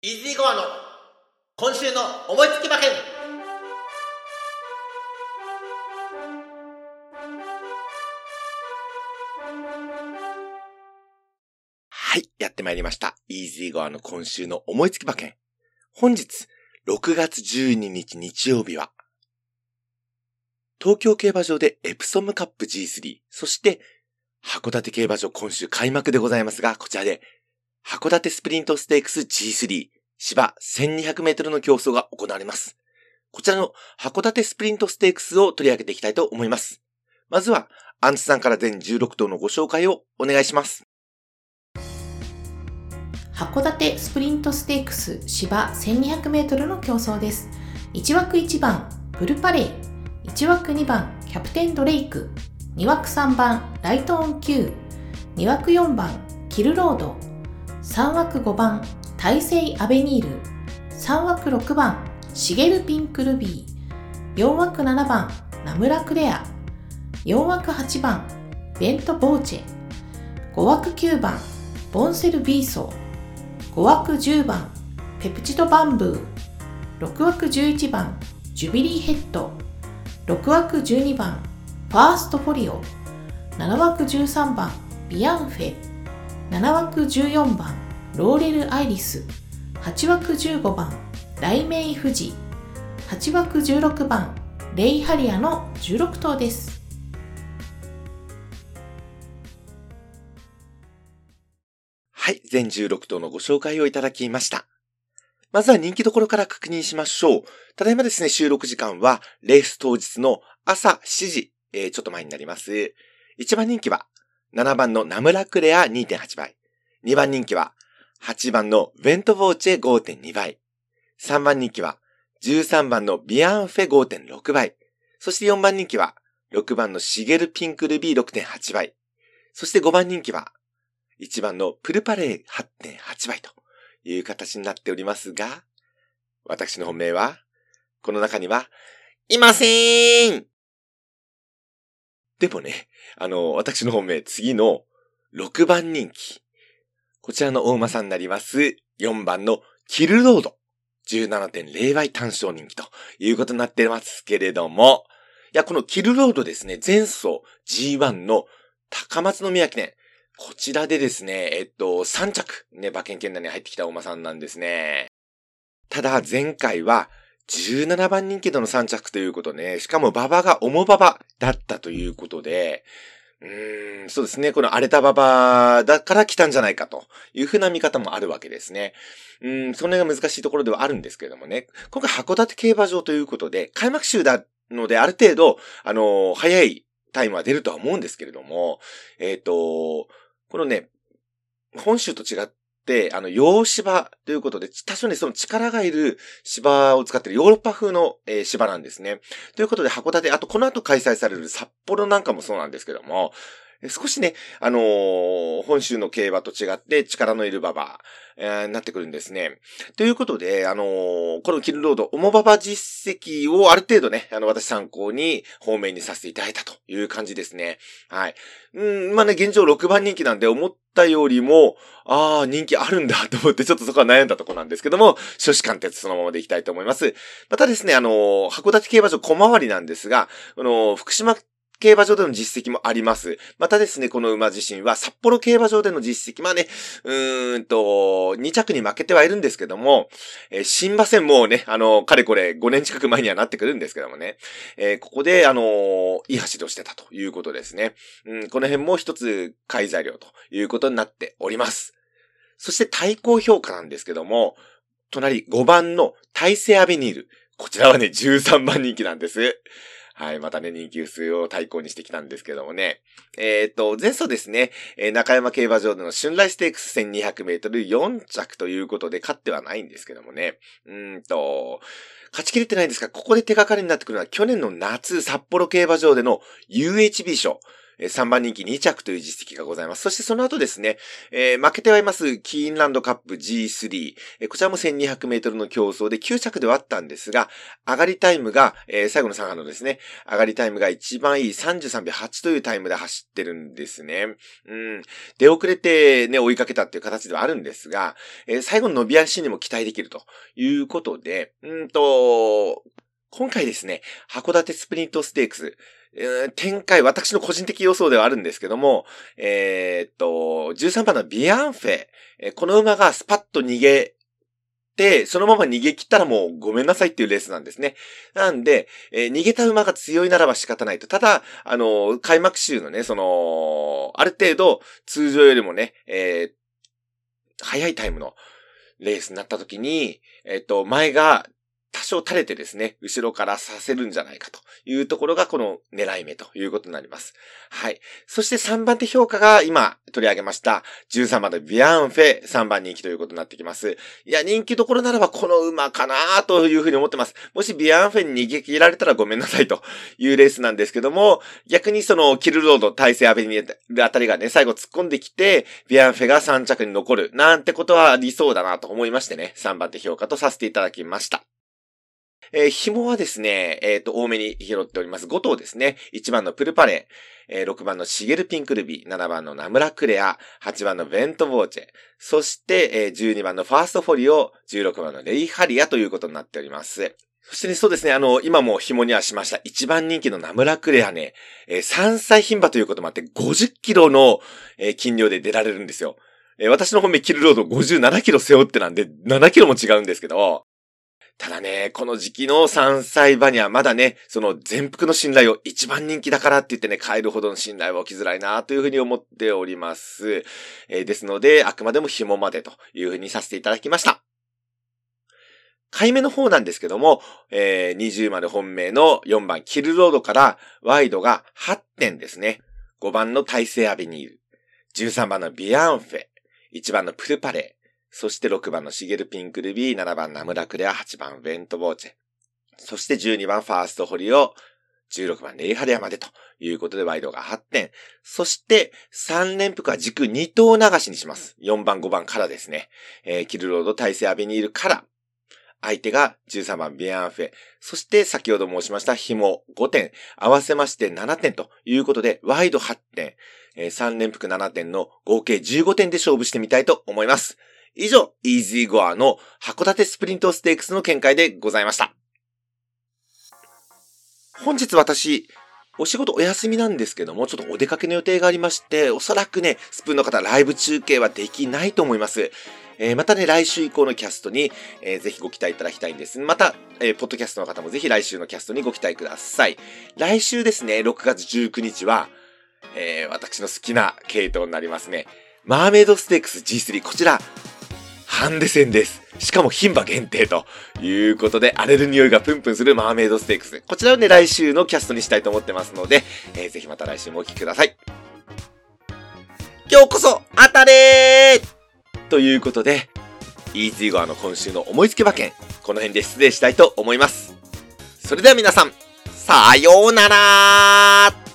イージーゴアの今週の思いつき馬券。はい、やってまいりました。イージーゴアの今週の思いつき馬券。本日6月12日日曜日は東京競馬場でエプソムカップ G3、そして函館競馬場今週開幕でございますが、こちらで函館スプリントステークス G3 芝1200メートルの競争が行われます。こちらの函館スプリントステークスを取り上げていきたいと思います。まずはアンツさんから全16頭のご紹介をお願いします。 函館スプリントステークス芝1200メートルの競争です。1枠1番ブルパレー、1枠2番キャプテンドレイク、2枠3番ライトオン Q、2枠4番キルロード、3枠5番大西アベニール、3枠6番シゲルピンクルビー、4枠7番ナムラクレア、4枠8番ベントボーチェ、5枠9番ボンセルビーソー、5枠10番ペプチドバンブー、6枠11番ジュビリーヘッド、6枠12番ファーストフォリオ、7枠13番ビアンフェ、7枠14番ローレルアイリス、8枠15番雷鳴富士、8枠16番レイハリアの16頭です。 はい、全16頭のご紹介をいただきました。まずは人気どころから確認しましょう。ただいまですね、収録時間はレース当日の朝7時、ちょっと前になります。1番人気は7番のナムラクレア 2.8 倍。2番人気は8番のベントボーチェ 5.2 倍。3番人気は13番のビアンフェ 5.6 倍。そして4番人気は6番のシゲルピンクルビー 6.8 倍。そして5番人気は1番のプルパレー 8.8 倍という形になっておりますが、私の本命はこの中にはいませーん。でもね、私の本命次の6番人気。こちらの大馬さんになります4番のキルロード 17.0 倍単勝人気ということになってますけれども、いや、このキルロードですね、前走 G1 の高松宮記念、こちらでですね、3着ね、馬券圏内に入ってきた大馬さんなんですね。ただ前回は17番人気での3着ということね、しかも馬場が重馬場だったということで、そうですね。この荒れた馬場だから来たんじゃないかというふうな見方もあるわけですね。それが難しいところではあるんですけれどもね。今回函館競馬場ということで、開幕週なのである程度、早いタイムは出るとは思うんですけれども、このね、本州と違って、洋芝ということで、多少ね、その力がいる芝を使っているヨーロッパ風の、芝なんですね。ということで、函館、あとこの後開催される札幌なんかもそうなんですけども、少しね、本州の競馬と違って力のいる馬場、になってくるんですね。ということで、このキルロード、重馬場実績をある程度ね、私参考に方面にさせていただいたという感じですね。はい。まあね、現状6番人気なんで思ったよりも、人気あるんだと思ってちょっとそこは悩んだところなんですけども、初志貫徹そのままでいきたいと思います。またですね、函館競馬場小回りなんですが、福島競馬場での実績もあります。またですね、この馬自身は札幌競馬場での実績、まあね、2着に負けてはいるんですけども、新馬戦もね、かれこれ5年近く前にはなってくるんですけどもね、ここで、いい走りをしてたということですね。この辺も一つ買い材料ということになっております。そして対抗評価なんですけども、隣5番の大西アベニール。こちらはね、13番人気なんです。はい、またね、人気薄を対抗にしてきたんですけどもね。前走ですね、中山競馬場での春来ステークス1200メートル4着ということで勝ってはないんですけどもね。勝ちきれてないんですが、ここで手がかりになってくるのは去年の夏札幌競馬場での UHB 賞。 3番人気2着という実績がございます。そしてその後ですね、負けてはいますキーンランドカップ G3、こちらも1200メートルの競争で9着ではあったんですが、上がりタイムが、最後の3班のですね、上がりタイムが一番いい33秒8というタイムで走ってるんですね。出遅れてね、追いかけたっていう形ではあるんですが、最後の伸び足にも期待できるということで、今回ですね、函館スプリントステークス、展開、私の個人的予想ではあるんですけども、13番のビアンフェ、この馬がスパッと逃げて、そのまま逃げ切ったらもうごめんなさいっていうレースなんですね。なんで、逃げた馬が強いならば仕方ないと。ただ、開幕週のね、ある程度、通常よりもね、早いタイムのレースになった時に、前が多少垂れてですね、後ろからさせるんじゃないかというところがこの狙い目ということになります。はい。そして3番手評価が今取り上げました13番のビアンフェ3番人気ということになってきます。いや、人気どころならばこの馬かなというふうに思ってます。もしビアンフェに逃げ切られたらごめんなさいというレースなんですけども、逆にキルロード、大西アベニューあたりがね、最後突っ込んできて、ビアンフェが3着に残るなんてことはありそうだなと思いましてね、3番手評価とさせていただきました。紐はですね、多めに拾っております。5頭ですね。1番のプルパレー、6番のシゲルピンクルビー、7番のナムラクレア、8番のベントボーチェ、そして、12番のファーストフォリオ、16番のレイハリアということになっております。そしてね、そうですね、今も紐にはしました。1番人気のナムラクレアね、3歳牝馬ということもあって、50キロの、斤量で出られるんですよ。私の本命キルロード57キロ背負ってなんで、7キロも違うんですけど、ただね、この時期の3歳馬にはまだね、全幅の信頼を一番人気だからって言ってね、変えるほどの信頼は起きづらいなというふうに思っております。ですので、あくまでも紐までというふうにさせていただきました。買い目の方なんですけども、20丸本命の4番キルロードからワイドが8点ですね。5番の大西アベニール、13番のビアンフェ、1番のプルパレー、そして6番のシゲルピンクルビー、7番ナムラクレア、8番ベントボーチェ。そして12番ファーストホリオ、16番レイハリアまでということでワイドが8点。そして3連複は軸2頭流しにします。4番5番からですね。キルロード大西アベニールから、相手が13番ビアンフェ。そして先ほど申しました紐5点。合わせまして7点ということで、ワイド8点。3連複7点の合計15点で勝負してみたいと思います。以上、イージーゴアの函館スプリントステークスの見解でございました。本日私、お仕事お休みなんですけども、ちょっとお出かけの予定がありまして、おそらくね、スプーンの方ライブ中継はできないと思います。またね、来週以降のキャストに、ぜひご期待いただきたいんです。また、ポッドキャストの方もぜひ来週のキャストにご期待ください。来週ですね、6月19日は、私の好きな系統になりますね。マーメイドステークス G3、こちら、ハンデ戦です。しかも牝馬限定ということで、荒れる匂いがプンプンするマーメイドステークス。こちらをね、来週のキャストにしたいと思ってますので、ぜひまた来週もお聞きください。今日こそ当たれーということで、イージーゴアの今週の思いつき馬券、この辺で失礼したいと思います。それでは皆さん、さようならー。